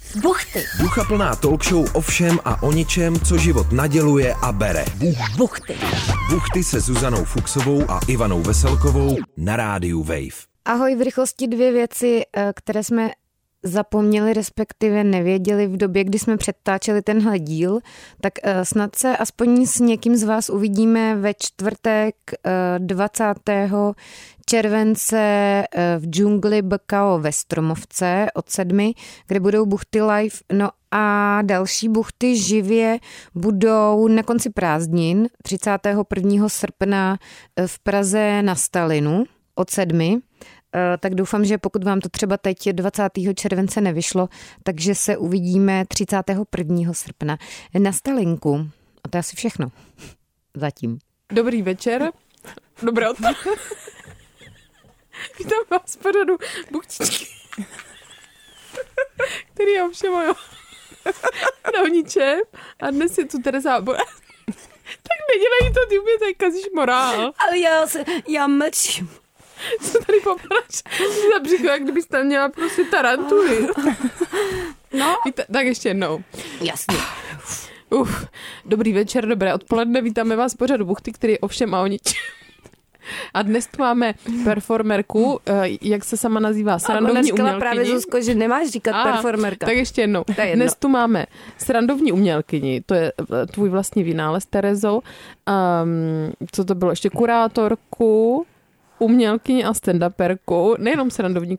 Buchty. Duchaplná talk show o všem a o ničem, co život naděluje a bere. Buchty. Buchty se Zuzanou Fuchsovou a Ivanou Veselkovou na rádiu Wave. Ahoj, v rychlosti 2 věci, které jsme zapomněli, respektive nevěděli v době, kdy jsme předtáčeli tenhle díl, tak snad se aspoň s někým z vás uvidíme ve čtvrtek 20. července v džungli BKO ve Stromovce od 7, kde budou buchty live. No a další buchty živě budou na konci prázdnin 31. srpna v Praze na Stalinu od 7. Tak doufám, že pokud vám to třeba teď 20. července nevyšlo, takže se uvidíme 31. srpna na Stalinku. A to je asi všechno. Zatím. Dobrý večer. Dobré odpoledne. Vítám vás v pořadu Buchtičky, který je ovšem o ničem. A dnes je tu Tereza Bora. Tak nedělej to, ty mě tady kazíš morál. Ale já mlčím. Co tady popadáš za břicho, jak kdybys tam měla prostě tarantuly. No. Tak ještě jednou. Jasně. Dobrý večer, dobré odpoledne, vítáme vás v pořadu Buchty, který je ovšem a o ničem. A dnes tu máme performerku, jak se sama nazývá, srandovní umělkyni. Právě, Zuzko, že nemáš říkat performerka. Tak ještě jednou. Dnes tu máme srandovní umělkyni, to je tvůj vlastní vynález, Terezo. Co to bylo? Ještě kurátorku, umělkyni a stand-uperku, nejenom srandovní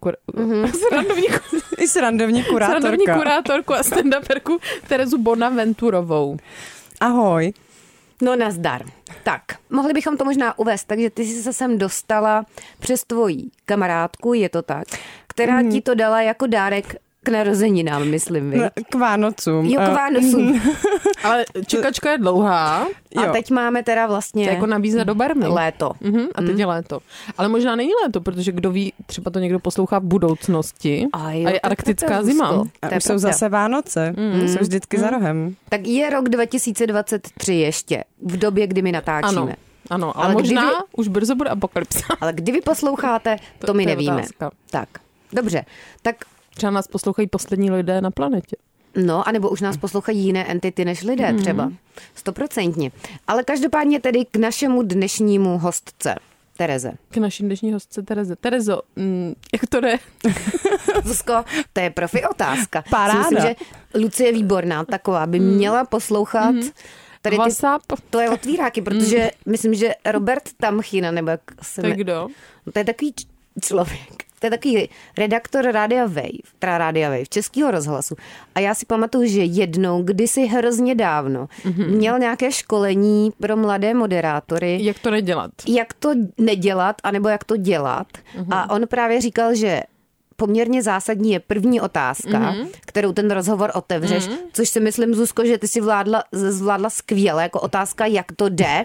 kurátorku a stand-uperku Terezu Bonaventurovou. Ahoj. No nazdar. Tak, mohli bychom to možná uvést, takže ty jsi se sem dostala přes tvoji kamarádku, je to tak, která ti to dala jako dárek k narozeninám, myslím, viď? K Vánocům. Jo, k Vánocům. Ale čekačka je dlouhá. A teď máme teda vlastně... To jako nabízet do barmy. Léto. A teď je léto. Ale možná není léto, protože kdo ví, třeba to někdo poslouchá v budoucnosti. A je arktická zima. A už jsou zase Vánoce. Jsou vždycky za rohem. Tak je rok 2023 ještě, v době, kdy my natáčíme. Ano, ale možná už brzo bude apokalypsa. Ale kdy vy posloucháte, to my nevíme. Otázka. Tak, dobře. Tak třeba nás poslouchají poslední lidé na planetě. No, anebo už nás poslouchají jiné entity než lidé třeba. 100%. Ale každopádně tedy k našemu dnešnímu hostce, Tereze. K naší dnešní hostce Tereze. Terezo, jak to jde? Zuzko, to je profi otázka. Paráda. Myslím, že Lucie Výborná taková by měla poslouchat tady to je otvíráky, protože myslím, že Robert Tamchina, nebo jak se to kdo? To je takový člověk. To je takový redaktor Rádia Wave, Českého rozhlasu. A já si pamatuju, že jednou, kdysi hrozně dávno, měl nějaké školení pro mladé moderátory. Jak to nedělat. Jak to nedělat, anebo jak to dělat. A on právě říkal, že poměrně zásadní je první otázka, kterou ten rozhovor otevřeš, což si myslím, Zuzko, že ty si zvládla skvěle, jako otázka, jak to jde.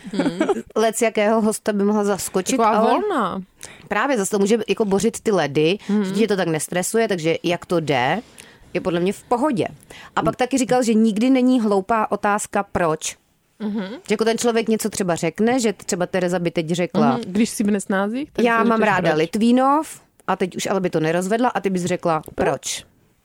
Lec jakého hosta by mohla zaskočit. Taková volná. Právě zase to může jako bořit ty ledy, že tě to tak nestresuje, takže jak to jde, je podle mě v pohodě. A pak taky říkal, že nikdy není hloupá otázka proč. Že jako ten člověk něco třeba řekne, že třeba Tereza by teď řekla. Když si nesnází, tak já mám ráda proč. Litvínov, a teď už ale by to nerozvedla a ty bys řekla proč.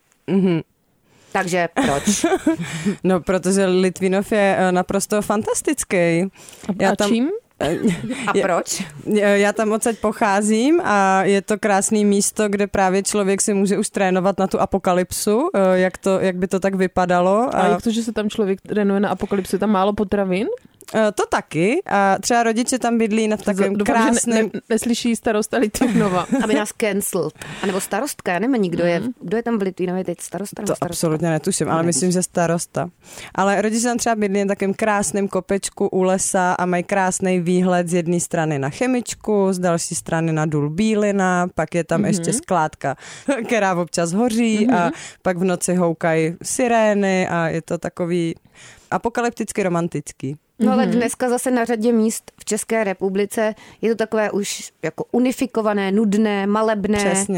Takže proč? No, protože Litvínov je naprosto fantastický. Čím? A proč? Já tam odsaď pocházím a je to krásné místo, kde právě člověk si může už trénovat na tu apokalypsu, jak by to tak vypadalo. A jak to, že se tam člověk trénuje na apokalypsu, je tam málo potravin? To taky. A třeba rodiče tam bydlí na takovém krásném... Neslyší starosta Litvínova. Aby nás cancel. A nebo starostka, já nevím, kdo je tam v Litvínově teď starosta? To absolutně netuším, ale myslím, že starosta. Ale rodiče tam třeba bydlí na takovém krásném kopečku u lesa a mají krásný výhled z jedné strany na Chemičku, z další strany na důl Bílina, pak je tam ještě skládka, která občas hoří a pak v noci houkají sirény a je to takový apokalypticky romantický. No ale dneska zase na řadě míst v České republice je to takové už jako unifikované, nudné, malebné. Přesně.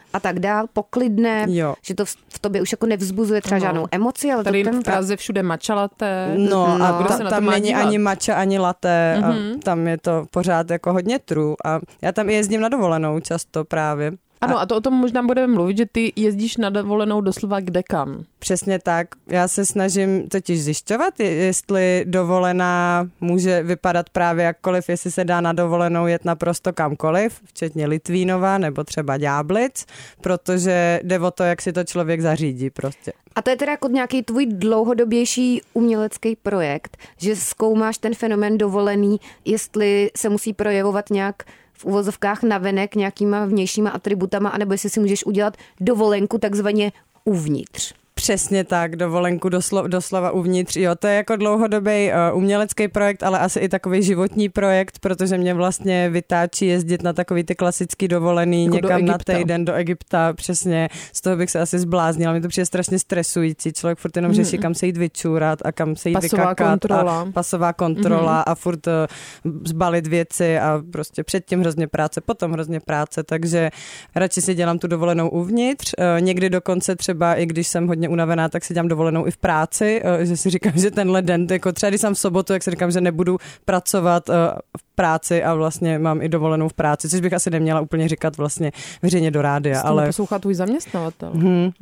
a tak dál, poklidné, že to v tobě už jako nevzbuzuje třeba žádnou emoci, ale tady to ten... v Praze všude matcha latte. No a tam není ani matcha, ani latte a tam je to pořád jako hodně true a já tam jezdím na dovolenou často právě. Ano, a to o tom možná budeme mluvit, že ty jezdíš na dovolenou doslova kde kam. Přesně tak. Já se snažím totiž zjišťovat, jestli dovolená může vypadat právě jakkoliv, jestli se dá na dovolenou jet naprosto kamkoliv, včetně Litvínova nebo třeba Ďáblic, protože jde o to, jak si to člověk zařídí prostě. A to je teda jako nějaký tvůj dlouhodobější umělecký projekt, že zkoumáš ten fenomén dovolený, jestli se musí projevovat nějak v uvozovkách navenek nějakýma vnějšíma atributama, anebo jestli si můžeš udělat dovolenku takzvaně uvnitř. Přesně tak, dovolenku doslova uvnitř. Jo, to je jako dlouhodobý umělecký projekt, ale asi i takový životní projekt, protože mě vlastně vytáčí jezdit na takový ty klasický dovolený jako někam na týden do Egypta. Přesně, z toho bych se asi zbláznila. Mě to přijde strašně stresující. Člověk furt jenom řeší, kam se jít vyčůrat a kam se jít vykakat. Pasová kontrola a furt zbalit věci a prostě předtím hrozně práce, potom hrozně práce, takže radši si dělám tu dovolenou uvnitř. Někdy dokonce třeba, i když jsem hodně unavená, tak si dělám dovolenou i v práci, že si říkám, že tenhle den, jako třeba když jsem v sobotu, jak si říkám, že nebudu pracovat v práci a vlastně mám i dovolenou v práci, což bych asi neměla úplně říkat vlastně veřejně do rádia. Ale poslouchá tvůj zaměstnavatel.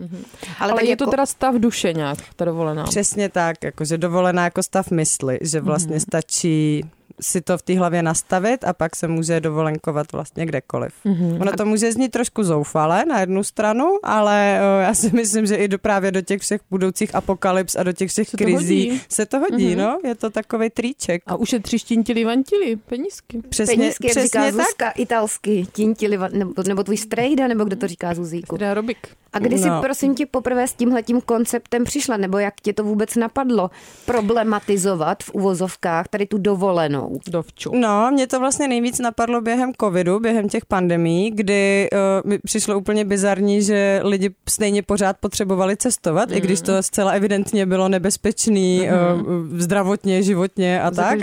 Ale je jako... to teda stav duše nějak, ta dovolená. Přesně tak, jakože dovolená jako stav mysli, že vlastně stačí si to v té hlavě nastavit a pak se může dovolenkovat vlastně kdekoliv. Ono to může znít trošku zoufale na jednu stranu, ale já si myslím, že i právě do těch všech budoucích apokalyps a do těch všech krizí se to hodí, no. Je to takovej triček. A ušetříš tintili vantili, penízky. Penízky, jak říká Zuzka, italsky, tintili, nebo tvůj strejda, nebo kdo to říká Zuzíku. Aerobik. A kdy jsi, prosím tě, poprvé s tímhletím konceptem přišla, nebo jak tě to vůbec napadlo problematizovat v uvozovkách tady tu dovolenou? Dovču. No, mě to vlastně nejvíc napadlo během covidu, během těch pandemií, kdy mi přišlo úplně bizarní, že lidi stejně pořád potřebovali cestovat, i když to zcela evidentně bylo nebezpečný zdravotně, životně a tak.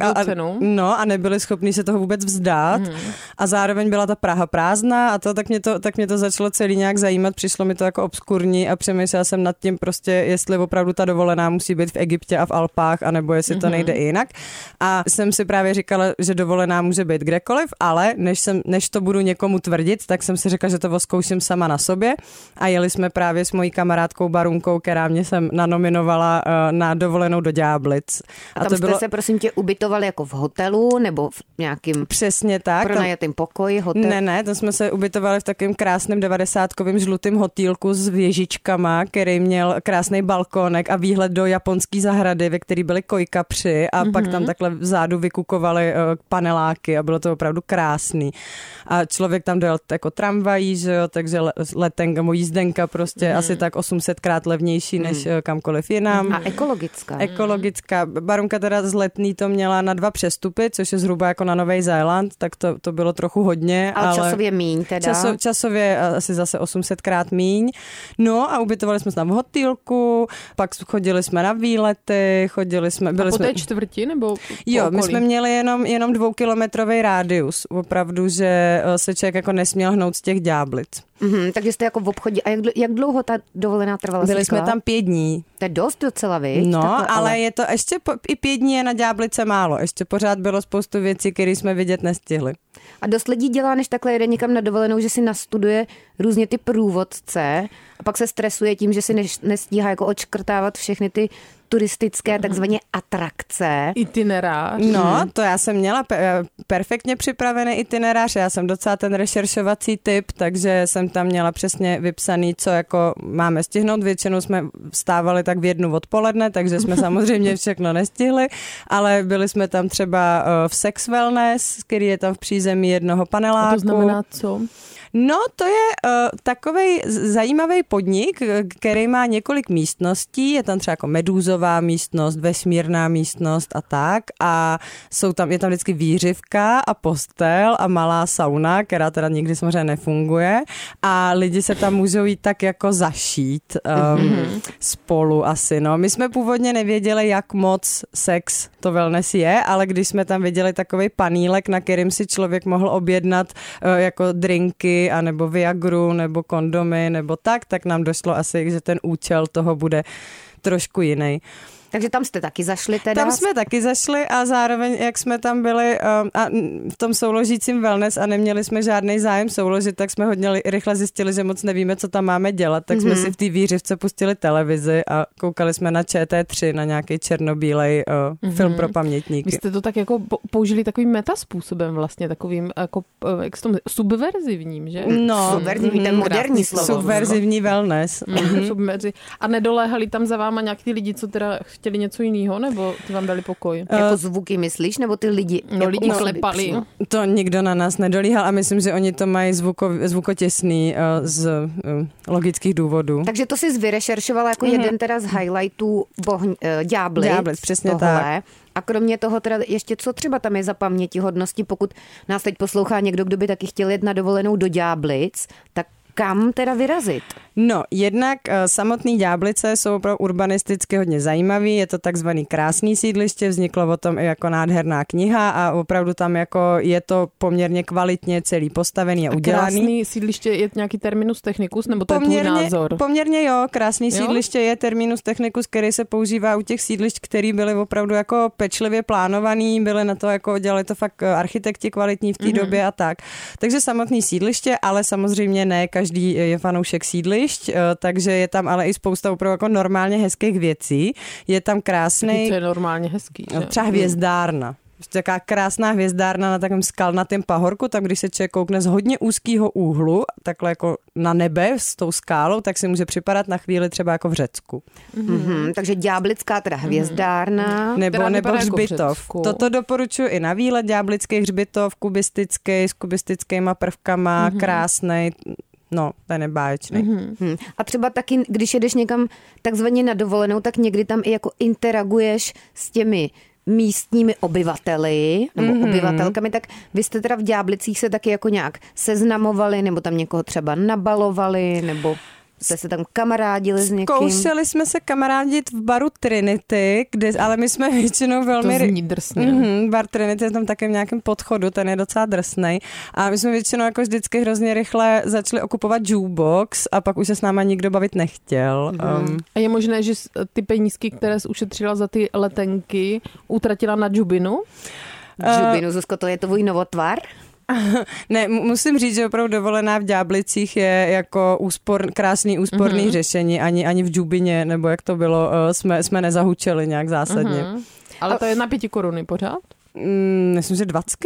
A nebyli schopní se toho vůbec vzdát. A zároveň byla ta Praha prázdná a to tak mě to začalo celý nějak zajímat, přišlo mi to jako obskurní a přemýšlela jsem nad tím prostě, jestli opravdu ta dovolená musí být v Egyptě a v Alpách, anebo jestli to nejde i jinak. A jsem si právě říkala, že dovolená může být kdekoliv, ale než to budu někomu tvrdit, tak jsem si řekla, že to zkouším sama na sobě a jeli jsme právě s mojí kamarádkou Barunkou, která mě sem nanominovala na dovolenou do Ďáblic. A tam jste se, prosím tě, ubytovali jako v hotelu nebo v nějakým přesně tak, pronajatým pokoji, hotel? Ne, tam jsme se ubytovali v takovém krásném 90kovém žlutým hotýlku s věžičkama, který měl krásný balkónek a výhled do japonské zahrady, ve který byly kojkapři a pak tam takhle vzadu vykukovali paneláky a bylo to opravdu krásný. A člověk tam dojel jako tramvají, že jo, takže letenka, jízdenka prostě asi tak 800krát levnější než kamkoliv jinam. A ekologická. Ekologická. Barunka teda z Letný to měla na 2 přestupy, což je zhruba jako na Nový Zéland, tak to bylo trochu hodně. Ale časově míň teda. Časově asi zase 800krát míň. No a ubytovali jsme se tam v hotýlku, pak chodili jsme na výlety, byli po té čtvrti nebo jo, my jsme měli jenom 2kilometrový rádius. Opravdu, že se člověk jako nesměl hnout z těch Ďáblic. Takže jste jako v obchodě. A jak dlouho ta dovolená trvala? Byli jsme tam 5 dní. To je dost docela, viď? No, takhle, ale je to ještě i 5 dní je na Ďáblice málo. Ještě pořád bylo spoustu věcí, které jsme vidět nestihli. A dost lidí dělá, než takhle jede někam na dovolenou, že si nastuduje různě ty průvodce a pak se stresuje tím, že si nestíhá jako odškrtávat všechny ty turistické takzvané atrakce. Itinerář. No, to já jsem měla perfektně připravený itinerář. Já jsem docela ten rešeršovací typ, takže jsem tam měla přesně vypsaný, co jako máme stihnout. Většinou jsme vstávali tak v 1 odpoledne, takže jsme samozřejmě všechno nestihli, ale byli jsme tam třeba v Sex Wellness, který je tam v přízemí jednoho paneláku. A to znamená co? No, to je takovej zajímavý podnik, který má několik místností. Je tam třeba jako medúzová místnost, vesmírná místnost a tak. A je tam vždycky výřivka a postel a malá sauna, která teda nikdy samozřejmě nefunguje. A lidi se tam můžou jít tak jako zašít spolu asi. No. My jsme původně nevěděli, jak moc sex to wellness je, ale když jsme tam viděli takovej panílek, na kterým si člověk mohl objednat jako drinky léky, anebo Viagru, nebo kondomy, nebo tak nám došlo asi, že ten účel toho bude trošku jiný. Takže tam jste taky zašli teda? Tam jsme taky zašli a zároveň, jak jsme tam byli a v tom souložícím wellness a neměli jsme žádný zájem souložit, tak jsme hodně rychle zjistili, že moc nevíme, co tam máme dělat, tak jsme si v té výřivce pustili televizi a koukali jsme na ČT3, na nějaký černobílej film pro pamětníky. Vy jste to tak jako použili takovým metaspůsobem vlastně, takovým jako, jak se tomu subverzivním, že? No, subverzivní, ten moderní slovo. Subverzivní wellness. A nedoléhali tam za váma nějaký ty lidi, co teda chtěli něco jiného, nebo ty vám dali pokoj? Jako zvuky myslíš, nebo ty lidi? No, lidi klepali. To nikdo na nás nedolíhal a myslím, že oni to mají zvukotěsný z logických důvodů. Takže to jsi vyrešeršovala jako jeden teda z highlightů Ďáblic, přesně tohle. tak. A kromě toho teda ještě co třeba tam je za pamětihodnosti, pokud nás teď poslouchá někdo, kdo by taky chtěl jet na dovolenou do Ďáblic, tak kam teda vyrazit? No, jednak samotný Ďáblice jsou opravdu urbanisticky hodně zajímavý, je to takzvaný krásný sídliště, vzniklo o tom i jako nádherná kniha a opravdu tam jako je to poměrně kvalitně celý postavený a udělaný. Krásný sídliště je nějaký terminus technicus, nebo to je tvůj názor? Poměrně jo, krásný sídliště je terminus technicus, který se používá u těch sídlišť, který byly opravdu jako pečlivě plánovaný, byly na to jako, dělali to fakt architekti kvalitní v té době a tak. Takže samotný sídliště, ale samozřejmě ne každý je fanoušek sídlišť, takže je tam ale i spousta opravdu jako normálně hezkých věcí. Je tam krásný... Co je normálně hezký, že? Třeba hvězdárna. Taká krásná hvězdárna na takovém skalnatém pahorku, tam když se člověk koukne z hodně úzkého úhlu, takhle jako na nebe s tou skálou, tak si může připadat na chvíli třeba jako v Řecku. Takže Ďáblická teda hvězdárna. Nebo hřbitov. Jako Toto doporučuji i na výlet. Ďáblický hřbitov, kubistický, s kubistickýma prvkama, krásnej. No, ten je báječný. A třeba taky, když jedeš někam takzvaně na dovolenou, tak někdy tam i jako interaguješ s těmi místními obyvateli nebo obyvatelkami, tak vy jste teda v Ďáblicích se taky jako nějak seznamovali nebo tam někoho třeba nabalovali nebo jste se tam kamarádili s někým? Zkoušeli jsme se kamarádit v baru Trinity, ale my jsme většinou velmi... To zní drsně. Bar Trinity je tam také v nějakém podchodu, ten je docela drsnej. A my jsme většinou jako vždycky hrozně rychle začali okupovat jukebox a pak už se s náma nikdo bavit nechtěl. A je možné, že ty penízky, které jsi ušetřila za ty letenky, utratila na džubinu? Džubinu, Zuzko, to je tvůj novotvar? Ne, musím říct, že opravdu dovolená v Ďáblicích je jako krásný úsporný řešení, ani v džubině, nebo jak to bylo, jsme nezahučeli nějak zásadně. Ale to je na 5 koruny pořád? Myslím, že 20.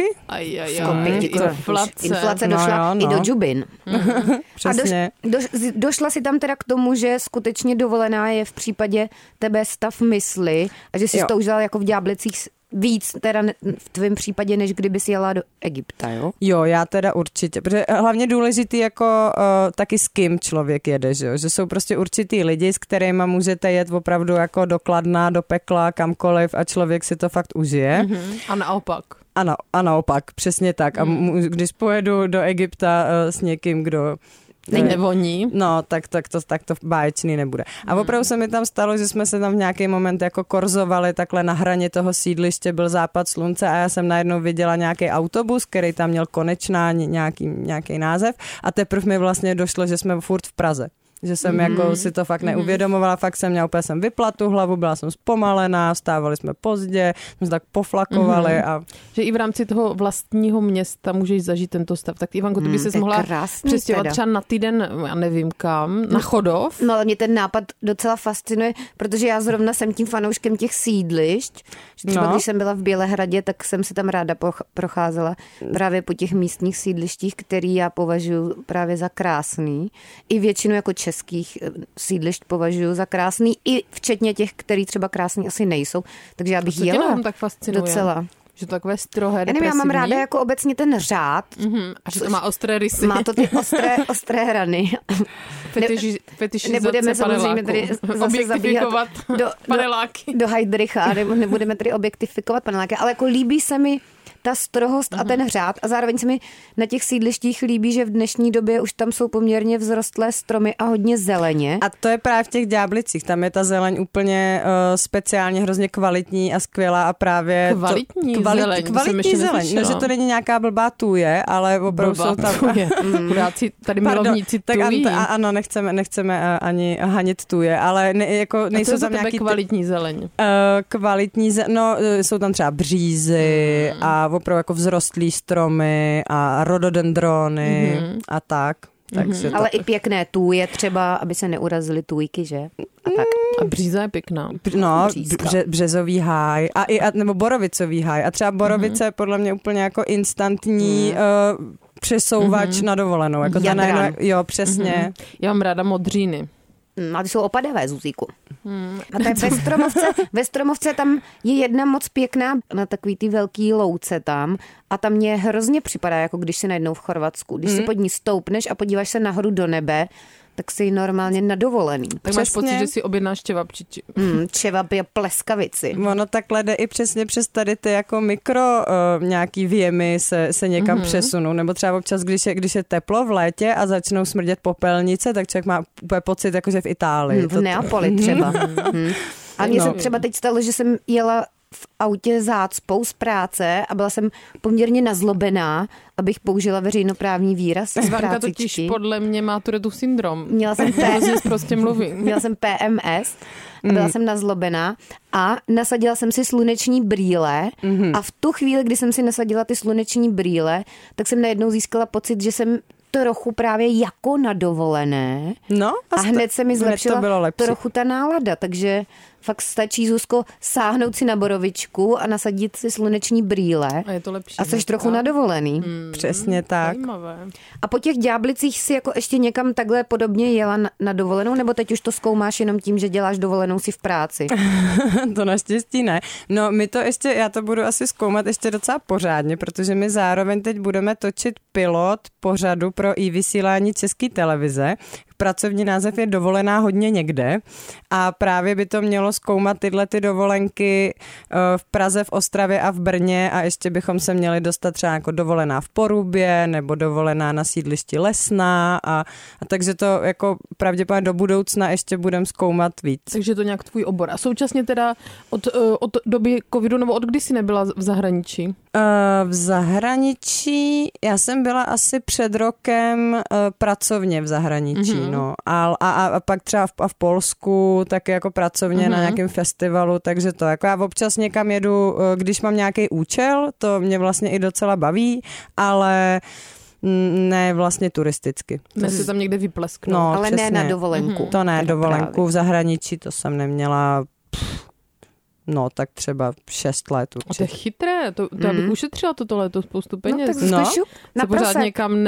Inflace došla i do džubin. Přesně. A došla si tam teda k tomu, že skutečně dovolená je v případě tebe stav mysli a že jsi to užila jako v Ďáblicích víc teda v tvém případě, než kdyby jsi jela do Egypta, jo? Jo, já teda určitě, protože hlavně důležitý jako taky s kým člověk jede, že jsou prostě určitý lidi, s kterýma můžete jet opravdu jako do Kladna, do pekla, kamkoliv a člověk si to fakt užije. A naopak. Ano, a naopak, přesně tak. A když pojedu do Egypta s někým, kdo nevoní. No, tak to báječný nebude. A opravdu se mi tam stalo, že jsme se tam v nějaký moment jako korzovali, takhle na hraně toho sídliště byl západ slunce a já jsem najednou viděla nějaký autobus, který tam měl konečná nějaký název a teprve mi vlastně došlo, že jsme furt v Praze. Že jsem jako si to fakt neuvědomovala, fakt jsem měla úplně vypla tu hlavu, byla jsem zpomalená, vstávali jsme pozdě, jsme se tak poflakovali. A... Že i v rámci toho vlastního města můžeš zažít tento stav. Tak Ivanko, ty by ses mohla přestěhovat třeba na týden, já nevím kam, na Chodov. No ale mě ten nápad docela fascinuje, protože já zrovna jsem tím fanouškem těch sídlišť, že třeba když jsem byla v Bělehradě, tak jsem si tam ráda procházela právě po těch místních sídlištích, který já považuji právě za krásný. I většinu jako českých sídlišť považuji za krásný, i včetně těch, který třeba krásný asi nejsou. Takže já bych jela tak fascinuje? Docela. Že to takové strohé, depresivní? Já mám ráda jako obecně ten řád. A že to má ostré rysy. Má to ty ostré hrany. Nebudeme samozřejmě tady zase zabíhat paneláky. do Heidricha, nebudeme tady objektifikovat paneláky, ale jako líbí se mi ta strohost a ten řád a zároveň se mi na těch sídlištích líbí, že v dnešní době už tam jsou poměrně vzrostlé stromy a hodně zeleně. A to je právě v těch Ďáblicích, tam je ta zeleň úplně speciálně hrozně kvalitní a skvělá a právě... Kvalitní zeleň. No, že to není nějaká blbá tůje, ale opravdu jsou tam... Chudáci tady milovníci tůjí. Ano, nechceme ani hanit tůje, ale nejsou tam nějaký... kvalitní zeleň? Jsou tam třeba břízy a opravdu jako vzrostlý stromy a rododendrony a tak. Ale i pěkné tůje třeba, aby se neurazily tůjky, že? A tak. A bříza je pěkná. No, březový háj nebo borovicový háj. A třeba borovice je podle mě úplně jako instantní přesouvač na dovolenou. Jako jo, přesně. Já mám ráda modříny. A ty jsou opadavé, Zuzíku. A tak ve Stromovce tam je jedna moc pěkná na takový ty velký louce tam a tam mě hrozně připadá, jako když si najednou v Chorvatsku. Když si pod ní stoupneš a podíváš se nahoru do nebe, tak jsi normálně na dovolený. Tak máš pocit, že si objednáš čevapčiči. Čevapy a pleskavici. Ono takhle jde i přesně přes tady ty jako mikro nějaký věmy se někam přesunou. Nebo třeba občas, když je teplo v létě a začnou smrdět popelnice, tak člověk má úplně pocit, jako že v Itálii. V Neapoli třeba. A mně se třeba teď stalo, že jsem jela v autě zácpou z práce a byla jsem poměrně nazlobená, abych použila veřejnoprávní výraz. Zvanka totiž podle mě má Tourettův syndrom. Měla jsem PMS a byla jsem nazlobená a nasadila jsem si sluneční brýle a v tu chvíli, kdy jsem si nasadila ty sluneční brýle, tak jsem najednou získala pocit, že jsem trochu právě jako na dovolené a hned se mi zlepšila trochu ta nálada, takže fakt stačí, Zuzko, sáhnout si na borovičku a nasadit si sluneční brýle a je to lepší. A jsi trochu na dovolený. Přesně tak. Zajímavé. A po těch Ďáblicích si jako ještě někam takhle podobně jela na dovolenou, nebo teď už to zkoumáš jenom tím, že děláš dovolenou si v práci? To naštěstí ne. No my to ještě, já to budu asi zkoumat ještě docela pořádně, protože my zároveň teď budeme točit pilot pořadu pro i-vysílání České televize. Pracovní název je Dovolená hodně někde a právě by to mělo zkoumat tyhle ty dovolenky v Praze, v Ostravě a v Brně a ještě bychom se měli dostat třeba jako dovolená v Porubě nebo dovolená na sídlišti Lesná a takže to jako pravděpodobně do budoucna ještě budeme zkoumat víc. Takže to nějak tvůj obor. A současně teda od doby covidu nebo od kdy jsi nebyla v zahraničí? V zahraničí, já jsem byla asi před rokem pracovně v zahraničí, no. A pak třeba v Polsku taky jako pracovně na nějakém festivalu, takže to jako já občas někam jedu, když mám nějaký účel, to mě vlastně i docela baví, ale ne vlastně turisticky. Ne si tam někde vyplesknout. No, ale přesně. ne na dovolenku. To ne, dovolenku právě. V zahraničí to jsem neměla... No, tak třeba 6 let určitě. A to je chytré, to já bych ušetřila toto léto spoustu peněz. No, tak na pořád někam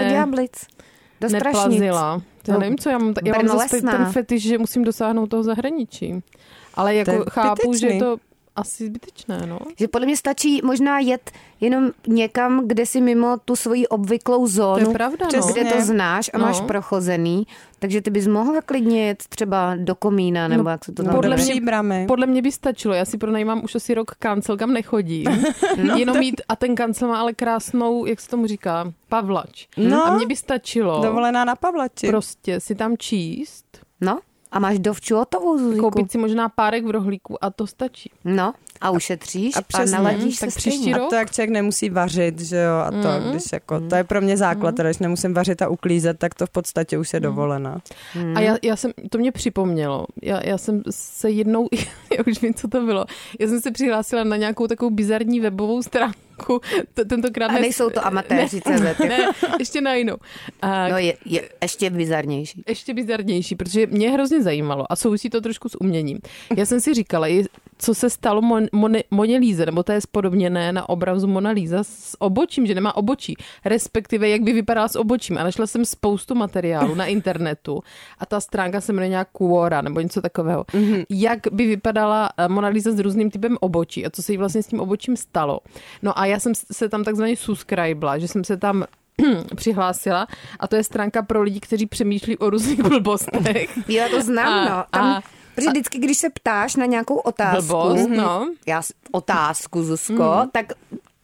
neplazila. Já nevím, co já mám zase ten fetiš, že musím dosáhnout toho zahraničí. Ale jako chápu, že to asi zbytečné, no. Že podle mě stačí možná jet jenom někam, kde si mimo tu svoji obvyklou zónu, to je pravda, kde to znáš a máš prochozený, takže ty bys mohla klidně jet třeba do Komína, nebo jak se to tam podle mě by stačilo, já si pronajímám už asi rok kancel, kam nechodím, jenom mít, a ten kancel má ale krásnou, jak se tomu říká, pavlač. No, a mně by stačilo. Dovolená na pavlači. Prostě si tam číst. No. A máš dovču hotovou, Zuzíku. Koupit si možná párek v rohlíku a to stačí. No a ušetříš a naladíš se příští rok. A to jak člověk nemusí vařit, že jo, a to, když jako, to je pro mě základ, když nemusím vařit a uklízet, tak to v podstatě už je dovolená. A já jsem, to mě připomnělo, já jsem se jednou, já už vím, co to bylo, já jsem se přihlásila na nějakou takovou bizarní webovou stránku, tentokrát a nejsou to amatéři ne, ještě na jinou. No je ještě bizarnější. Ještě bizarnější, protože mě hrozně zajímalo a souvisí to trošku s uměním. Já jsem si říkala, co se stalo Moně Líze, nebo to je spodobněné na obrazu Mona Lisa s obočím, že nemá obočí, respektive jak by vypadala s obočím. A našla jsem spoustu materiálu na internetu a ta stránka se jmenuje nějak Quora nebo něco takového. Jak by vypadala Mona Lisa s různým typem obočí a co se jí vlastně s tím obočím stalo. No a já jsem se tam takzvaně subscribela, že jsem se tam přihlásila a to je stránka pro lidi, kteří přemýšlí o různých blbostech. Já to znám, no. Tam, protože vždycky, když se ptáš na nějakou otázku, blbost, no. Otázku, Zuzko, tak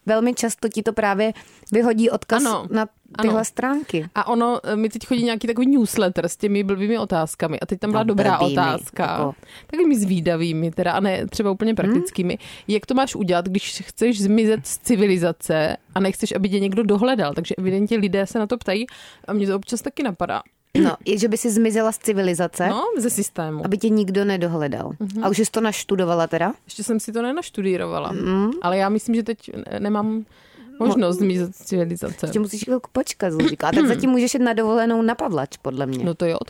velmi často ti to právě vyhodí odkaz na tyhle stránky. A ono, mi teď chodí nějaký takový newsletter s těmi blbými otázkami a teď tam byla dobrá otázka. Jako... Takovými zvídavými, teda a ne třeba úplně praktickými. Jak to máš udělat, když chceš zmizet z civilizace a nechceš, aby tě někdo dohledal? Takže evidentně lidé se na to ptají a mě to občas taky napadá. No, že by si zmizela z civilizace. No, ze systému. Aby tě nikdo nedohledal. A už jsi to naštudovala teda? Ještě jsem si to nenaštudírovala. Ale já myslím, že teď nemám možnost zmizet z civilizace. Ještě musíš chvilku počkat, Zuzika. A tak zatím můžeš jít na dovolenou na Pavlač, podle mě. No to jo,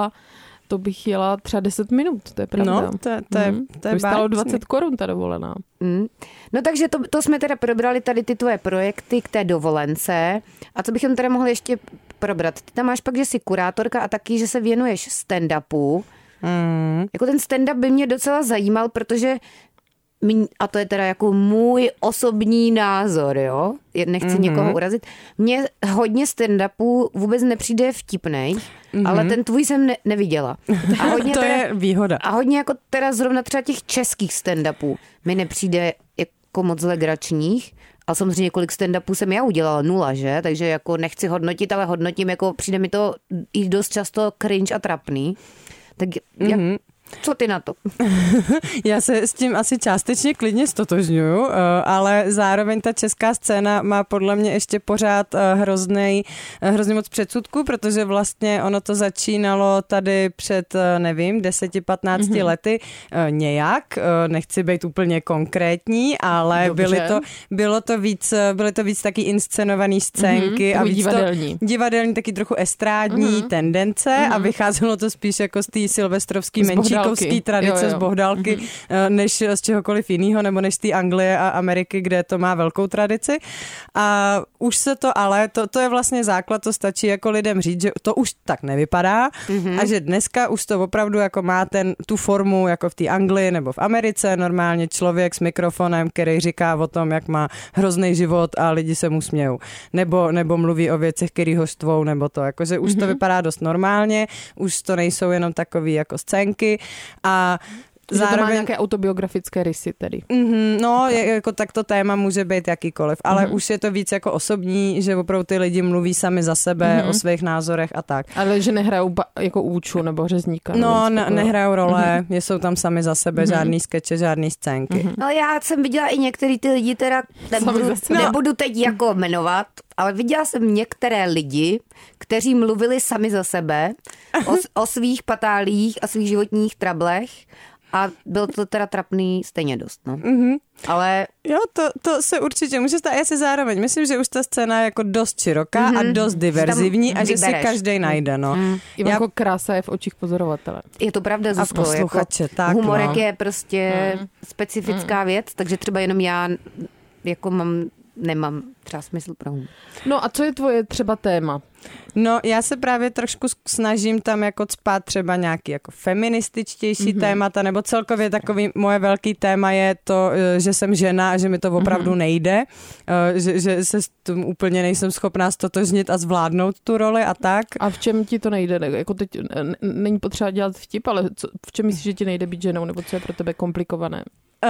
to bych jela třeba 10 minut, to je pravda. No, to je stálo 20 korun ta dovolená. No takže to jsme teda probrali tady ty tvoje projekty k té dovolence. A co bychom teda mohli ještě probrat? Ty tam máš pak, že jsi kurátorka a taky, že se věnuješ stand-upu. Jako ten stand-up by mě docela zajímal, protože a to je teda jako můj osobní názor, jo? Nechci někoho urazit. Mně hodně stand-upů vůbec nepřijde vtipnej, ale ten tvůj jsem neviděla. A hodně to je výhoda. A hodně jako teda zrovna třeba těch českých stand-upů mi nepřijde jako moc legračních. A samozřejmě několik stand-upů jsem já udělala 0, že? Takže jako nechci hodnotit, ale hodnotím, jako přijde mi to i dost často cringe a trapný. Tak co ty na to? Já se s tím asi částečně klidně stotožňuju, ale zároveň ta česká scéna má podle mě ještě pořád hrozně moc předsudků, protože vlastně ono to začínalo tady před, nevím, 10-15 lety nějak, nechci být úplně konkrétní, ale byly to víc taky inscenovaný scénky a víc divadelní, taky trochu estrádní tendence a vycházelo to spíš jako z té silvestrovský menšíkovský tradice z Bohdálky, než z čehokoliv jiného, nebo než z té Anglie a Ameriky, kde to má velkou tradici. A už se to to je vlastně základ, to stačí jako lidem říct, že to už tak nevypadá a že dneska už to opravdu jako má tu formu jako v té Anglii nebo v Americe, normálně člověk s mikrofonem, který říká o tom, jak má hrozný život a lidi se mu smějou. Nebo mluví o věcech, který ho štvou, nebo to. Jakože už to vypadá dost normálně, už to nejsou jenom takový jako scénky a zároveň... to má nějaké autobiografické rysy tedy. Jako tak to téma může být jakýkoliv, ale už je to víc jako osobní, že opravdu ty lidi mluví sami za sebe o svých názorech a tak. Ale že nehrajou jako úču nebo řezníka. No, nehrajou role, jsou tam sami za sebe, žádný skeče, žádný scénky. Ale já jsem viděla i některý ty lidi, teda nebudu teď jako jmenovat, ale viděla jsem některé lidi, kteří mluvili sami za sebe o svých patálích a svých životních trablech. A bylo to teda trapný stejně dost, no. Ale... Jo, to se určitě může stát. Já si zároveň myslím, že už ta scéna je jako dost široká a dost diverzivní a že si každej najde, no. Ivanko, krása je v očích pozorovatele. Je to pravda, Zuzko. A posluchače, jako tak, humorek je prostě specifická věc, takže třeba jenom já jako nemám třeba smysl pro humor. No a co je tvoje třeba téma? No, já se právě trošku snažím tam jako cpát třeba nějaký jako feminističtější témata, nebo celkově takový moje velký téma je to, že jsem žena a že mi to opravdu nejde, že se s tím úplně nejsem schopná stotožnit a zvládnout tu roli a tak. A v čem ti to nejde? Jako teď není potřeba dělat vtip, ale v čem myslíš, že ti nejde být ženou, nebo co je pro tebe komplikované?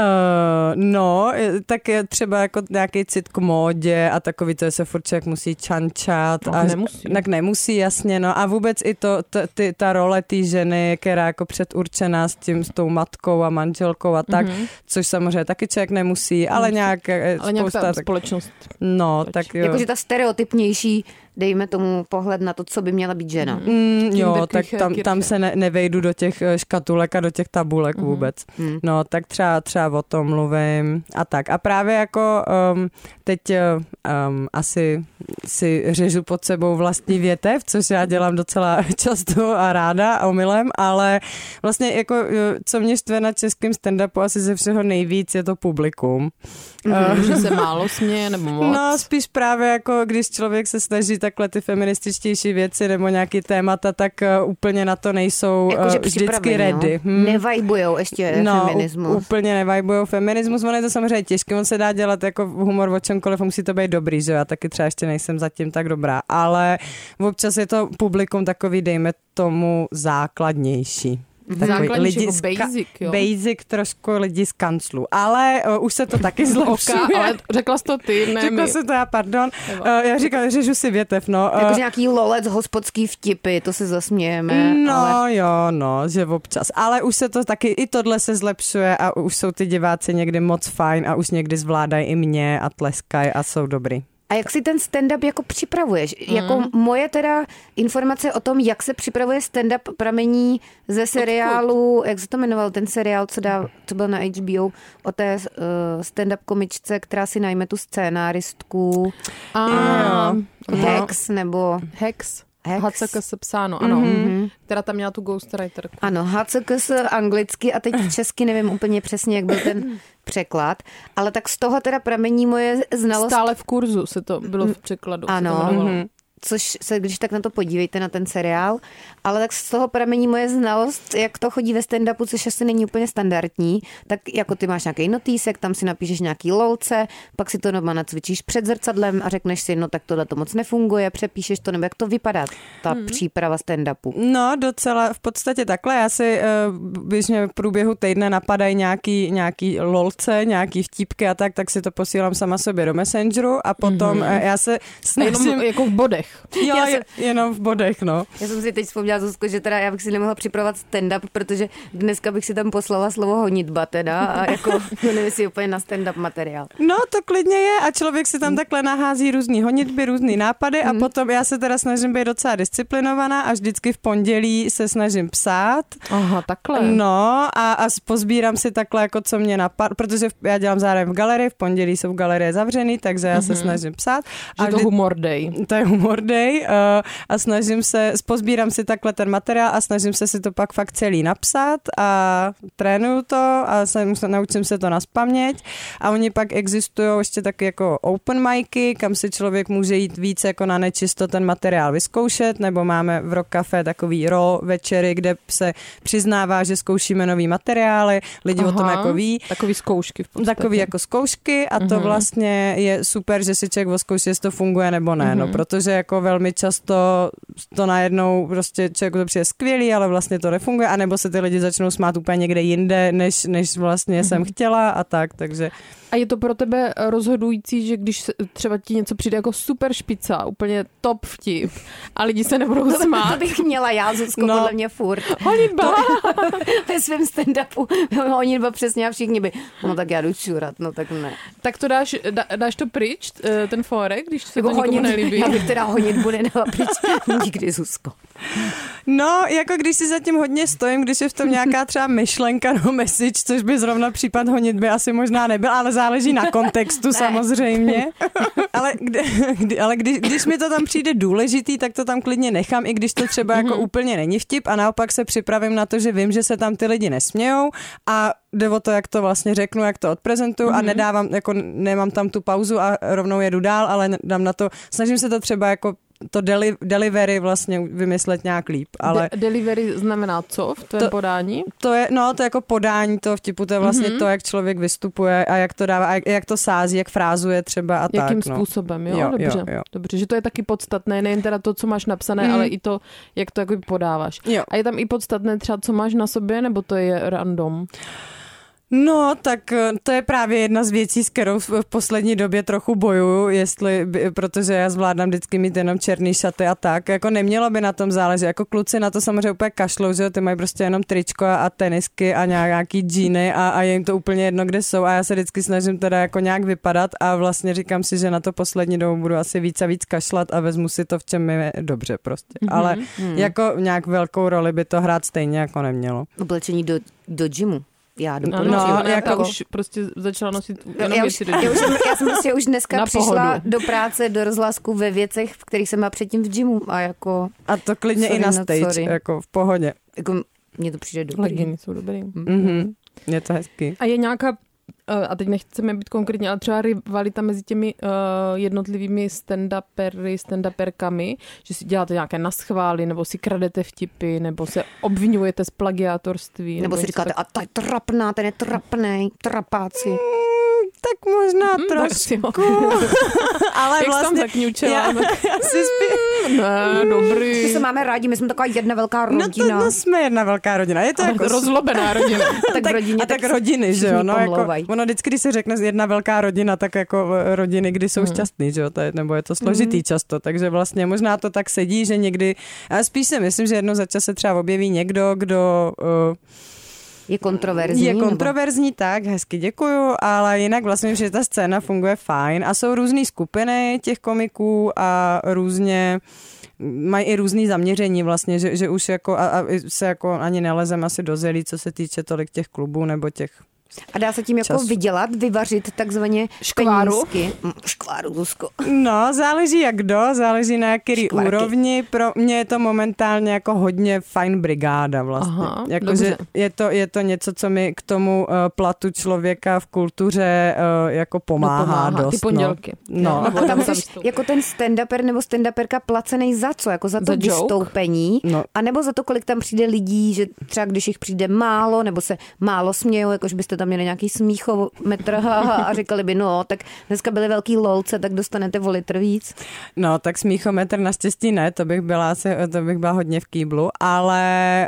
Tak je třeba jako nějaký cit k módě a takový to, se furt člověk musí čančat. Nemusí, jasně, no a vůbec i ta role té ženy, která jako předurčená s tou matkou a manželkou a tak, což samozřejmě taky člověk nemusí, ale nějak ta společnost. No, tak jo. Jakože ta stereotypnější, dejme tomu pohled na to, co by měla být žena. Jo, tak tam se nevejdu do těch škatulek a do těch tabulek vůbec. No, tak třeba o tom mluvím a tak. A právě jako teď asi si řežu pod sebou vlastní větev, což já dělám docela často a ráda omylem, ale vlastně jako co mě štve na českém stand-upu asi ze všeho nejvíc je to publikum. Že se málo směje nebo moc? No, spíš právě jako když člověk se snaží takhle ty feminističtější věci nebo nějaký témata, tak úplně na to nejsou vždycky ready. Nevajbujou ještě feminismus. Úplně nevajbujou feminismus, on je to samozřejmě těžké, on se dá dělat jako humor o čemkoliv, musí to být dobrý, že já taky třeba ještě nejsem zatím tak dobrá, ale občas je to publikum takový, dejme tomu, základnější. Základní lidi jako basic, jo. Basic trošku lidi z kanclu, ale už se to taky zlepšuje. Ale řekla jsi to ty, ne Řekla my. se to já, pardon. Já říkám, řežu si větev, no. Jakože nějaký lolec, hospodský vtipy, to se zasmějeme. No ale... jo, no, že občas. Ale už se to taky, i tohle se zlepšuje a už jsou ty diváci někdy moc fajn a už někdy zvládají i mě a tleskají a jsou dobrý. A jak si ten stand-up jako připravuješ? Jako moje teda informace o tom, jak se připravuje stand-up, pramení ze seriálu, jak se to jmenoval, ten seriál, co byl na HBO, o té stand-up komičce, která si najme tu scénáristku. Hex nebo... Hex. HCKS psáno, ano. Která tam měla tu ghostwriterku. Ano, HCKS anglicky a teď česky nevím úplně přesně, jak byl ten překlad, ale tak z toho teda pramení moje znalost. Stále v kurzu se to bylo v překladu. Ano, což se, když tak na to podívejte, na ten seriál, ale tak z toho pramení moje znalost, jak to chodí ve stand-upu, což asi není úplně standardní, tak jako ty máš nějaký notýsek, tam si napíšeš nějaký lolce, pak si to doma nacvičíš před zrcadlem a řekneš si, no tak tohle to moc nefunguje, přepíšeš to, nebo jak to vypadá, ta příprava stand-upu? No docela v podstatě takhle, já si, když mě v průběhu týdne napadají nějaký lolce, nějaký vtípky a tak si to posílám sama sobě do Messengeru a potom já se snažím... Jenom jako v bodech. Jo, jenom v bodech, no. Já jsem si teď vzpomněla, Zuzko, že teda já bych si nemohla připravovat stand-up, protože dneska bych si tam poslala slovo honitba teda a jako nevím, jestli úplně na stand-up materiál. No, to klidně je a člověk si tam takhle nahází různý honitby, různý nápady a potom já se teda snažím být docela disciplinovaná a vždycky v pondělí se snažím psát. Aha, takhle. No a pozbírám si takhle, jako co mě napadlo, protože já dělám zároveň v galerii, v pondělí jsou galerie zavřený, takže já se snažím psát. A to humor day. To je humor day a snažím se, pozbírám si takhle ten materiál a snažím se si to pak fakt celý napsat a trénuju to a naučím se to nazpaměť a oni pak existují ještě taky jako open micy, kam si člověk může jít víc jako na nečisto ten materiál vyzkoušet, nebo máme v Rock Café takový raw večery, kde se přiznává, že zkoušíme nový materiály, lidi o tom jako ví. Takový zkoušky v podstatě. Takový jako zkoušky a to vlastně je super, že si člověk odzkouší, jestli to funguje nebo ne, no, protože jako velmi často to najednou prostě člověku to přijde skvělý, ale vlastně to nefunguje, anebo se ty lidi začnou smát úplně někde jinde, než vlastně jsem chtěla a tak, takže... A je to pro tebe rozhodující, že když třeba ti něco přijde jako super špica, úplně top vtip a lidi se nebudou smát? To bych měla já, Zuzko, podle mě furt. Honitba! Ve svém stand-upu honitba přesně a všichni by, no tak já jdu čurat, no tak ne. Tak to dáš to pryč, ten fórek, když se jako to nikomu nelíbí? Já bych teda honitbu nedala pryč nikdy, Zuzko. No, jako když si zatím hodně stojím, když je v tom nějaká třeba myšlenka no message, což by zrovna případ honitby asi možná nebyl, ale záleží na kontextu samozřejmě. ale když mi to tam přijde důležitý, tak to tam klidně nechám, i když to třeba jako úplně není vtip a naopak se připravím na to, že vím, že se tam ty lidi nesmějou a jde o to, jak to vlastně řeknu, jak to odprezentuju a nedávám, jako nemám tam tu pauzu a rovnou jedu dál, ale dám na to, snažím se to třeba jako to delivery vlastně vymyslet nějak líp. Ale Delivery znamená co v tvém podání? To je jako podání toho vtipu, to je vlastně to, jak člověk vystupuje a jak to dává, a jak to sází, jak frázuje třeba a jakým tak. Způsobem, jo? Dobře, že to je taky podstatné, nejen teda to, co máš napsané, ale i to, jak to jako podáváš. Jo. A je tam i podstatné třeba, co máš na sobě, nebo to je random? No, tak to je právě jedna z věcí, s kterou v poslední době trochu bojuju, protože já zvládám vždycky mít jenom černý šaty a tak. Jako nemělo by na tom záležet. Jako kluci na to samozřejmě úplně kašlou, že jo, ty mají prostě jenom tričko a tenisky a nějaký džíny a je jim to úplně jedno, kde jsou a já se vždycky snažím teda jako nějak vypadat a vlastně říkám si, že na to poslední dobu budu asi víc a víc kašlat a vezmu si to, v čem mi je dobře prostě. Ale jako nějak velkou roli by to hrát stejně jako nemělo. Oblečení do gymu. Já jako už prostě začala nosit jenom věci do gymu. Já jsem prostě už dneska přišla do práce, do rozhlasku ve věcech, v kterých jsem byla předtím v gymu a jako... A to klidně i na stage, jako v pohodě. Jako mně to přijde dobrý. Leginy jsou dobrý. Je to hezký. A je nějaká, a teď nechceme být konkrétně, ale třeba rivalita mezi těmi jednotlivými stand-uperkami, že si děláte nějaké naschvály, nebo si kradete vtipy, nebo se obvinujete z plagiátorství. Nebo si říkáte, a ta je trapná, ten je trapnej, trapáci. Tak možná trošku. Ale jak vlastně... tam zakňučela? Ne, dobrý. My se máme rádi, my jsme taková jedna velká rodina. No jsme jedna velká rodina. Je to jako... Rozlobená rodina. Tak v rodině, tak rodiny, že jo? No, jako, ono vždycky, když se řekne jedna velká rodina, tak jako rodiny, kdy jsou šťastný, že jo? Nebo je to složitý často, takže vlastně možná to tak sedí, že někdy, a spíš si myslím, že jednou za čas se třeba objeví někdo, kdo... Je kontroverzní. Je kontroverzní, tak, hezky děkuju, ale jinak vlastně, že ta scéna funguje fajn a jsou různý skupiny těch komiků a různě mají i různý zaměření vlastně, že už jako a se jako ani nelezem asi do zelí, co se týče tolik těch klubů nebo těch. A dá se tím jako vydělat, vyvařit takzvaně škváru? Škváru, Zuzko. No, záleží jak kdo, záleží na jaký úrovni. Pro mě je to momentálně jako hodně fajn brigáda vlastně. Aha, jakože je to něco, co mi k tomu platu člověka v kultuře jako pomáhá dost. Ty pondělky. No. A tam jsi jako ten stand-uper nebo stand-uperka placený za co? Jako za to vystoupení? No. A nebo za to, kolik tam přijde lidí, že třeba když jich přijde málo, nebo se málo smějou, jakož byste tam měli nějaký smíchometr a říkali by, no, tak dneska byly velký lolce, tak dostanete o litr víc. No, tak smíchometr naštěstí ne, to bych byla hodně v kýblu, ale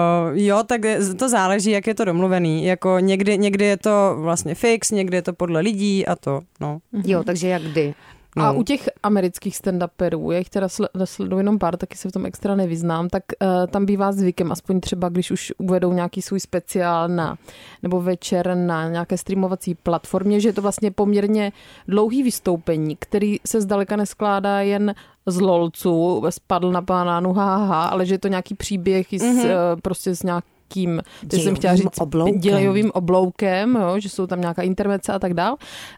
jo, tak to záleží, jak je to domluvený. Jako někdy je to vlastně fix, někdy je to podle lidí a to, no. Jo, takže jak kdy? No. A u těch amerických stand-uperů, já jich teda sleduju jenom pár, taky se v tom extra nevyznám, tak tam bývá zvykem, aspoň třeba, když už uvedou nějaký svůj speciál nebo večer na nějaké streamovací platformě, že je to vlastně poměrně dlouhý vystoupení, který se zdaleka neskládá jen z lolců, spadl na banánu, ale že je to nějaký příběh prostě s nějakým jsem chtěla říct dělejovým obloukem, jo, že jsou tam nějaká intermece a tak dál.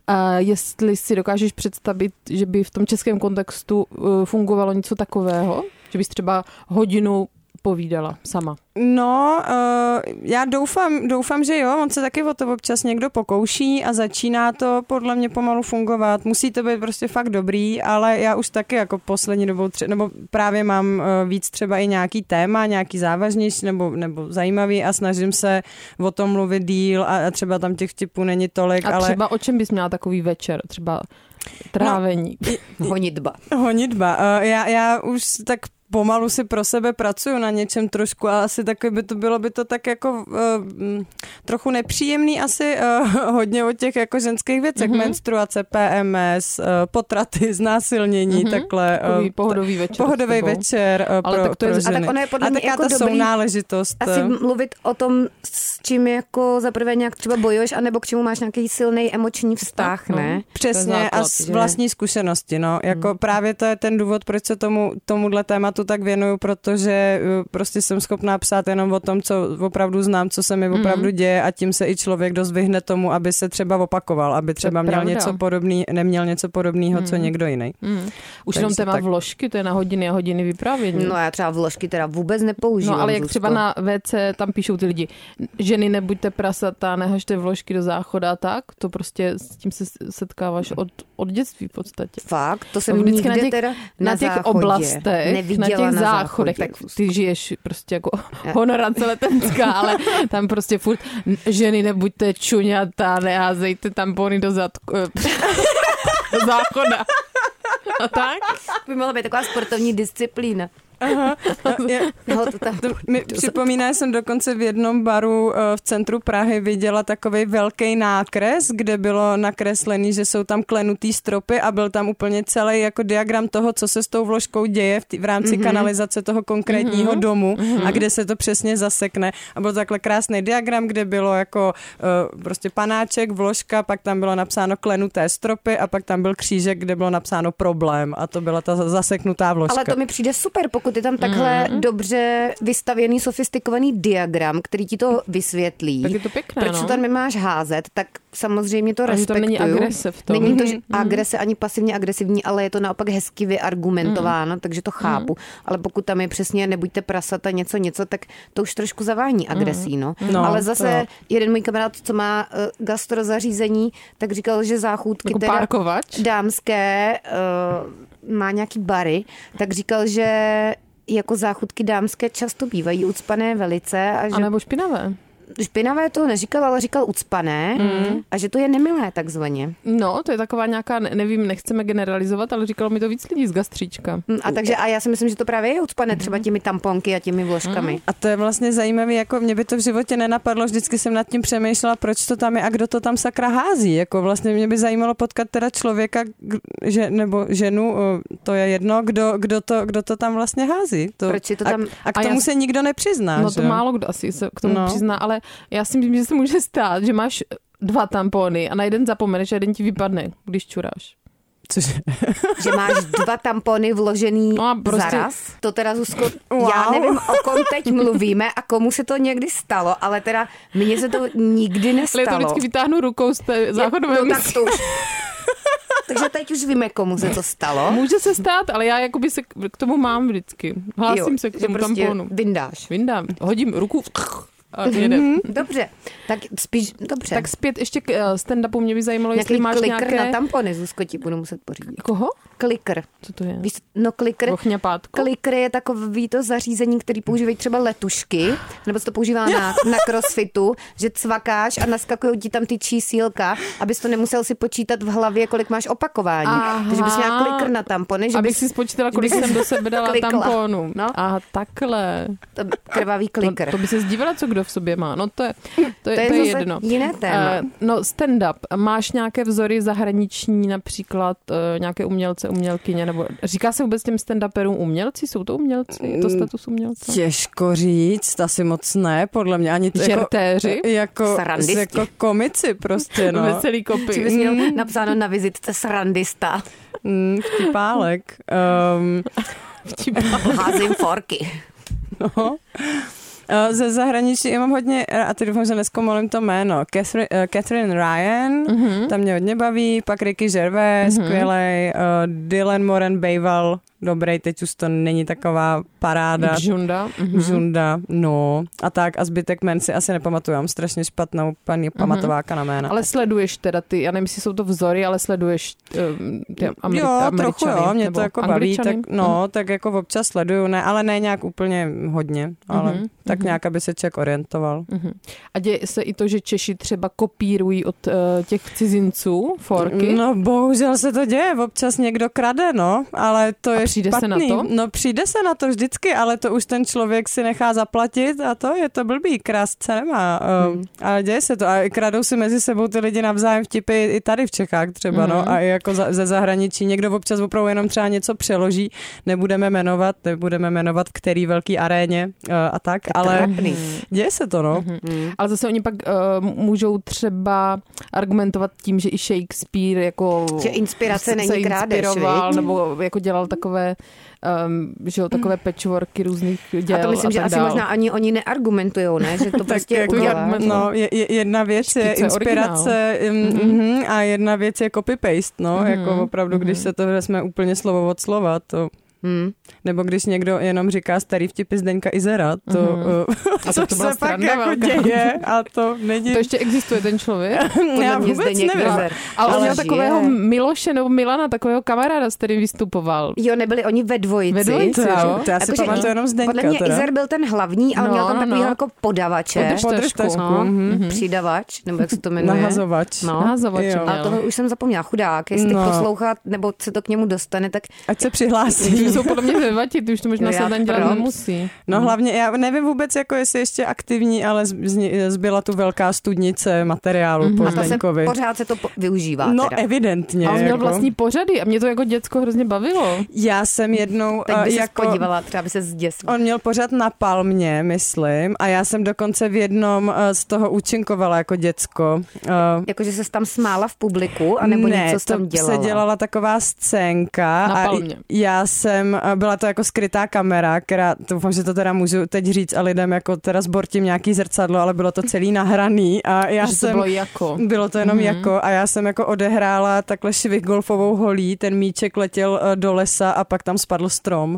Jestli si dokážeš představit, že by v tom českém kontextu fungovalo něco takového, že bys třeba hodinu povídala sama? No, já doufám, že jo, on se taky o to občas někdo pokouší a začíná to podle mě pomalu fungovat. Musí to být prostě fakt dobrý, ale já už taky jako poslední dobou, nebo právě mám víc třeba i nějaký téma, nějaký závažnější nebo zajímavý a snažím se o tom mluvit díl a třeba tam těch vtipů není tolik. A třeba o čem bys měla takový večer? Třeba trávení? No, honitba. Já už tak pomalu si pro sebe pracuju na něčem trošku a asi takový bylo by to tak jako trochu nepříjemný asi hodně o těch jako ženských věcech, menstruace, PMS, potraty, znásilnění, takhle. Pohodový večer. Pohodový večer pro ženy. A tak ono je podle mě jako ta sounáležitost. Asi mluvit o tom, s čím jako zaprvé nějak třeba bojuješ, anebo k čemu máš nějaký silný emoční vztah, ne? Přesně a z vlastní zkušenosti, no. Jako právě to je ten důvod, proč se tomuhle tématu tak věnuju, protože prostě jsem schopná psát jenom o tom, co opravdu znám, co se mi opravdu děje a tím se i člověk dost vyhne tomu, aby se třeba opakoval, aby třeba neměl něco podobného, co někdo jiný. Už jenom téma vložky, to je na hodiny a hodiny vyprávění. No já třeba vložky teda vůbec nepoužívám. No ale jak třeba na WC tam píšou ty lidi, ženy nebuďte prasata, nehažte vložky do záchoda, tak to prostě s tím se setkáváš od dětství v podstatě. Fakt? To jsem vždycky na těch oblastech, na těch záchodech, tak ty žiješ prostě jako honorace letenská, ale tam prostě furt ženy nebuďte čuňata, neházejte tampony do záchoda. A tak? By mohla být taková sportovní disciplína. Aha. Připomíná, jsem dokonce v jednom baru v centru Prahy viděla takovej velký nákres, kde bylo nakreslený, že jsou tam klenutý stropy a byl tam úplně celý jako diagram toho, co se s tou vložkou děje v rámci kanalizace toho konkrétního domu a kde se to přesně zasekne. A byl takhle krásný diagram, kde bylo jako prostě panáček, vložka, pak tam bylo napsáno klenuté stropy a pak tam byl křížek, kde bylo napsáno problém a to byla ta zaseknutá vložka. Ale to mi přijde super, pokud je tam takhle dobře vystavěný, sofistikovaný diagram, který ti to vysvětlí. Tak je to pěkné, proč to tam nemáš házet, tak samozřejmě to respektuju. To není agrese v tom. Není to agrese ani pasivně agresivní, ale je to naopak hezky vyargumentováno, takže to chápu. Ale pokud tam je přesně nebuďte prasata něco, tak to už trošku zavání agresí, no. Ale zase jeden můj kamarád, co má gastrozařízení, tak říkal, že záchůdky jako teda parkovač? Dámské má nějaký bary, tak říkal, že jako záchůdky dámské často bývají ucpané velice. A nebo špinavé. špinavé to neříkal, ale říkal ucpané a že to je nemilé takzvaně. No, to je taková nějaká, nevím, nechceme generalizovat, ale říkalo mi to víc lidí z gastříčka. A já si myslím, že to právě je ucpané třeba těmi tamponky a těmi vložkami. A to je vlastně zajímavé, jako mě by to v životě nenapadlo, vždycky jsem nad tím přemýšlela, proč to tam je a kdo to tam sakra hází. Jako vlastně mě by zajímalo potkat teda člověka, nebo ženu, to je jedno, kdo to tam vlastně hází. Proč si to tam... A k tomu se nikdo nepřizná. No to málo kdo asi se k tomu přizná, ale já si myslím, že se může stát, že máš 2 tampony a na jeden zapomeneš a jeden ti vypadne, když čuráš. Cože? Že máš 2 tampony vložený zaraz. To teda, Zuzko, já nevím, o kom teď mluvíme a komu se to někdy stalo, ale teda mně se to nikdy nestalo. Ale to vždycky vytáhnu rukou z té záchodové tak to už. Takže teď už víme, komu se to stalo. Může se stát, ale já jakoby se k tomu mám vždycky. Hlásím se k tomu prostě tamponu. Vyndám. Hodím ruku a jedem. Dobře. Tak spíš, dobře. Tak zpět ještě k stand-upu mě by zajímalo, jestli máš nějaké... na tampony, Zuzko, ti budu muset pořídit. Koho? Klikr. Co to je? No klikr. Klikr je takový to zařízení, který používají třeba letušky, nebo se to používá na crossfitu, že cvakáš a naskakují ti tam ty čísílka, abys to nemusel si počítat v hlavě, kolik máš opakování. Aha. Takže bys měla klikr na tampony. Že abych si spočítala, kolik jsem do sebe dala tamponu. No. Aha, takhle. To krvavý klikr. To by se zdívala, co kdo v sobě má. No to je jedno. Jiné téma. No stand-up. Máš nějaké vzory zahraniční, například nějaké umělkyně, nebo říká se vůbec těm stand-uperům umělci? Jsou to umělci? Je to status umělce? Těžko říct, asi moc ne, podle mě. Ani žertéři? Jako komici prostě, no. Veselý kopy. Či bys měl napsáno na vizitce srandista. Vtipálek. Házím forky. No. Ze zahraničí já mám hodně, a teď doufám, že nezkomolím to jméno, Catherine Ryan, tam mě hodně baví, pak Ricky Gervais, skvělej, Dylan Moran Bejval, dobrý, teď už to není taková paráda. Žunda, no. A tak, a zbytek jmen si asi nepamatuju, mám strašně špatnou paní pamatováka na jména. Ale sleduješ teda ty, já nevím, jestli jsou to vzory, ale sleduješ ty Američany. Trochu jo, mě to jako baví, tak, tak jako občas sleduju, ne, ale ne nějak úplně hodně, ale tak nějak, aby se člověk orientoval. A děje se i to, že Češi třeba kopírují od těch cizinců forky? No bohužel se to děje, občas někdo krade, no, ale to je přijde špatný. Se na to? No přijde se na to vždycky, ale to už ten člověk si nechá zaplatit a to je to blbý, krásce nemá. Ale děje se to a kradou si mezi sebou ty lidi navzájem vtipy i tady v Čechách třeba, no, a i jako ze zahraničí. Někdo občas opravdu jenom třeba něco přeloží, nebudeme jmenovat v který velký aréně a tak, ale děje se to, no. Ale zase oni pak můžou třeba argumentovat tím, že i Shakespeare jako že inspirace není krádež, nebo jako dělal takové takové patchworky různých děl. A to myslím, že asi možná ani oni neargumentujou, ne? Že to prostě udělá. No, jedna věc je inspirace a jedna věc je copy-paste, no, jako opravdu, když se to vezme úplně slovo od slova, to... Nebo když někdo jenom říká starý vtipy Zdeňka Izera, to to byla se pak jako děje a to není... To ještě existuje ten člověk? Já vůbec nevím. Ale on měl takového Miloše nebo Milana, takového kamaráda, s kterým vystupoval. Jo, nebyli oni ve dvojici, jo? To já si pamatuju jenom Zdeňka. Podle mě Izer byl ten hlavní a on měl tam takový jako podavače. Podržtačku. Přidavač, nebo jak se to jmenuje? Nahazovač. Nahazovač. A toho už jsem zapomněla, chudák. Jestli poslouchat, nebo se to k němu dostane, tak... Ať se přihlásí. Jsou podle mě ve vati, ty už to možná se tam dělat nemusí. No hlavně, já nevím vůbec, jako jestli ještě aktivní, ale zbyla tu velká studnice materiálu po Zdeňkovi. A pořád se to využívá. No teda. Evidentně. A on měl vlastní pořady a mě to jako děcko hrozně bavilo. Já jsem jednou... Teď by se podívala, třeba by se zděsil. On měl pořad na Palmě, myslím, a já jsem dokonce v jednom z toho účinkovala jako děcko. Jakože se tam smála v publiku, anebo něco jsi tam dělala? Ne, to se dělala taková scénka na a Palmě. Já jsem, byla to jako skrytá kamera, která, doufám, že to teda můžu teď říct a lidem jako teda zbortím nějaký zrcadlo, ale bylo to celý nahraný a já že jsem... to bylo jako. Bylo to jenom jako a já jsem jako odehrála takhle švih golfovou holí, ten míček letěl do lesa a pak tam spadl strom.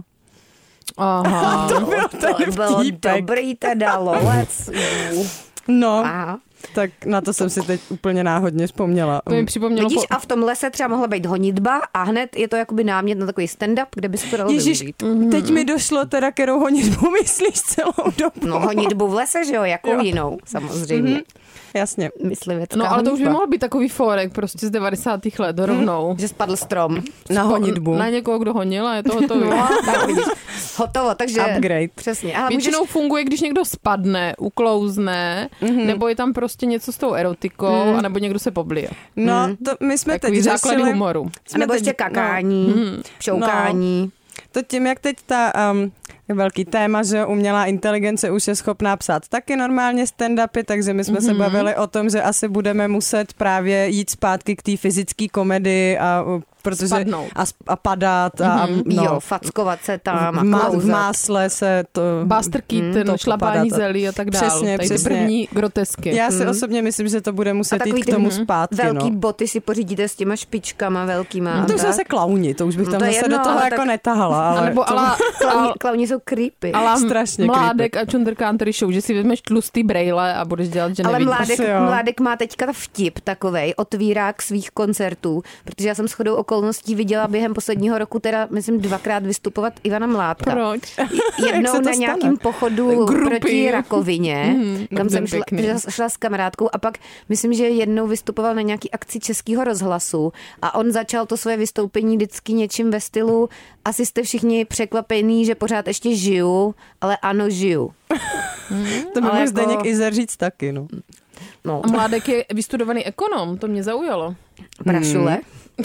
Aha. To byl ten bylo vtípek. Dobrý teda lovec. No. Aha. Tak na to jsem si teď úplně náhodně vzpomněla. To mi připomnělo... Vidíš, a v tom lese třeba mohla být honitba a hned je to jakoby námět na takový stand-up, kde by se to dalo využít. Teď mi došlo teda, kterou honitbu myslíš celou dobu. No honitbu v lese, že jo, jakou jinou, samozřejmě. Jasně. Myslivecká No ale to už by honitba. mohl být takový forek prostě z 90. let rovnou. Že spadl strom. Na honitbu. Na někoho, kdo honil a je to hotový. No, tak vidíš. Hotovo, takže... Upgrade. Přesně. Ale Většinou funguje, když někdo spadne, uklouzne, nebo je tam prostě něco s tou erotikou, anebo někdo se poblije. No, to my jsme Takový teď základy řešili... humoru. A nebo ještě kakání, pšoukání. To tím, jak teď ta velký téma, že umělá inteligence už je schopná psát taky normálně stand-upy, takže my jsme se bavili o tom, že asi budeme muset právě jít zpátky k té fyzické komedii a protože a padat a Jo, fackovat se tam a v klouzat. másle se to... Buster Keaton, to šlapání popadat. zelí a tak dále. Přesně, Tady ty přesně. první grotesky. Já si osobně myslím, že to bude A muset takový jít k tomu zpátky. velký No. boty si pořídíte s těma špičkama velkýma. No to už jsou zase klauni, to už bych No tam to je zase jedno, do toho ale jako tak- netahala. Ale Nebo Klauni jsou creepy. ala strašně Mládek a Čundrkántery show, že si vezmeš tlustý brejle a budeš dělat, že Ale nevidíš. Mládek má teďka vtip takovej, otvírák svých koncertů, protože já jsem shodou okolností viděla během posledního roku teda, myslím, 2krát vystupovat Ivana Mládka. Proč? Jednou to na stane? nějakým pochodu Grupy. proti rakovině, kam jsem pěkný. šla s kamarádkou a pak myslím, že jednou vystupoval na nějaký akci Českého rozhlasu a on začal to své vystoupení vždycky něčím ve stylu asi jste všichni překvapení, že pořád ještě žiju, ale ano, žiju. to by ale mohl jako- Zdeněk Izer říct taky, no. No, A Mládek je vystudovaný ekonom, to mě zaujalo. prašule.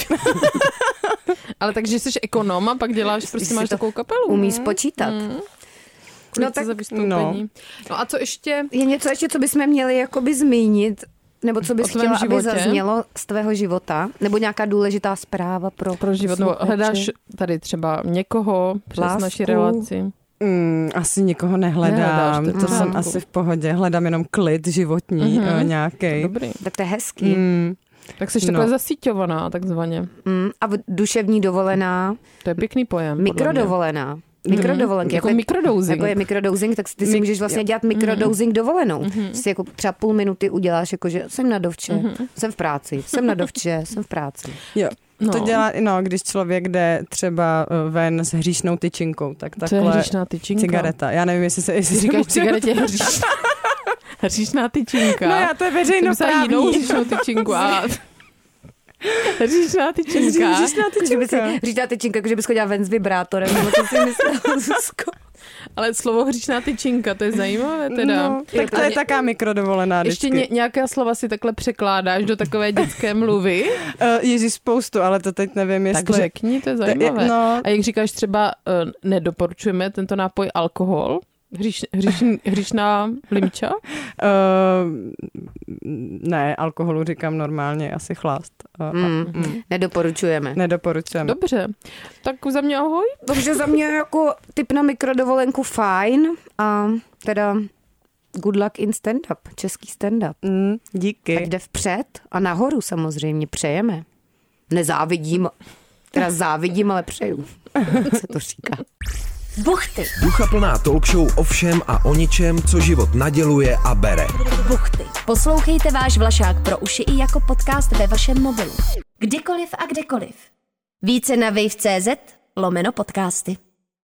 Ale takže jsi ekonom a pak děláš, prostě si máš to takovou kapelu. Umí spočítat. No tak za vystoupení. No a co ještě? Je něco ještě, co bychom měli jakoby zmínit, nebo co bys O tvém chtěla, aby životě? zaznělo z tvého života? Nebo nějaká důležitá zpráva pro život. No, posluchače? hledáš tady třeba někoho přes Lásku. naši relaci. Asi nikoho nehledám, Nehledáš, to je to v jsem pořádku. asi v pohodě, hledám jenom klid životní nějaký. Dobrý. Tak to je hezký. Tak jsi takhle zasíťovaná, takzvaně. A duševní dovolená, To je pěkný pojem. podle mě. mikrodovolená. Mikrodovolenky. Jako mikrodosing. Jako je mikrodosing, tak ty si můžeš vlastně dělat mikrodosing dovolenou. Si jako třeba půl minuty uděláš, jako že jsem na dovče, jsem v práci, jsem na dovče, jsem v práci. Jo. No. To dělá, když člověk jde třeba ven s hříšnou tyčinkou, tak To je takhle hříšná tyčinka. cigareta. Já nevím, jestli Ty se říkáš může- cigaretě hříšná tyčinka. No já to je Ty jinou veřejnoprávní. hříšnou tyčinku. A... Hříšná tyčinka. Hříšná Že by si tyčinka. říká tyčinka, že bys chodila ven s vibrátorem, nebo co si myslela, Zuzko? Ale slovo hříšná tyčinka, to je zajímavé teda. No, tak to je taká mikrodovolená Ještě vždycky. nějaká slova si takhle překládáš do takové dětské mluvy? Ježíš, spoustu, ale to teď nevím, jestli... Tak řekni, to je zajímavé. no. A jak říkáš třeba, nedoporučujeme tento nápoj alkohol? Hříšná limča? Ne, alkoholu říkám normálně, asi chlást. Nedoporučujeme. Nedoporučujeme. Dobře, tak za mě ahoj. Takže za mě jako tip na mikrodovolenku fajn a teda good luck in stand-up, český stand-up. Díky. Tak jde vpřed a nahoru samozřejmě přejeme. Nezávidím, teda závidím, ale přeju. Se to říká. Buchty. Duchaplná talk show o všem a o ničem, co život naděluje a bere. Buchty. Poslouchejte váš Vlašák pro uši i jako podcast ve vašem mobilu. Kdykoliv a kdekoliv. Více na wave.cz/podcasty.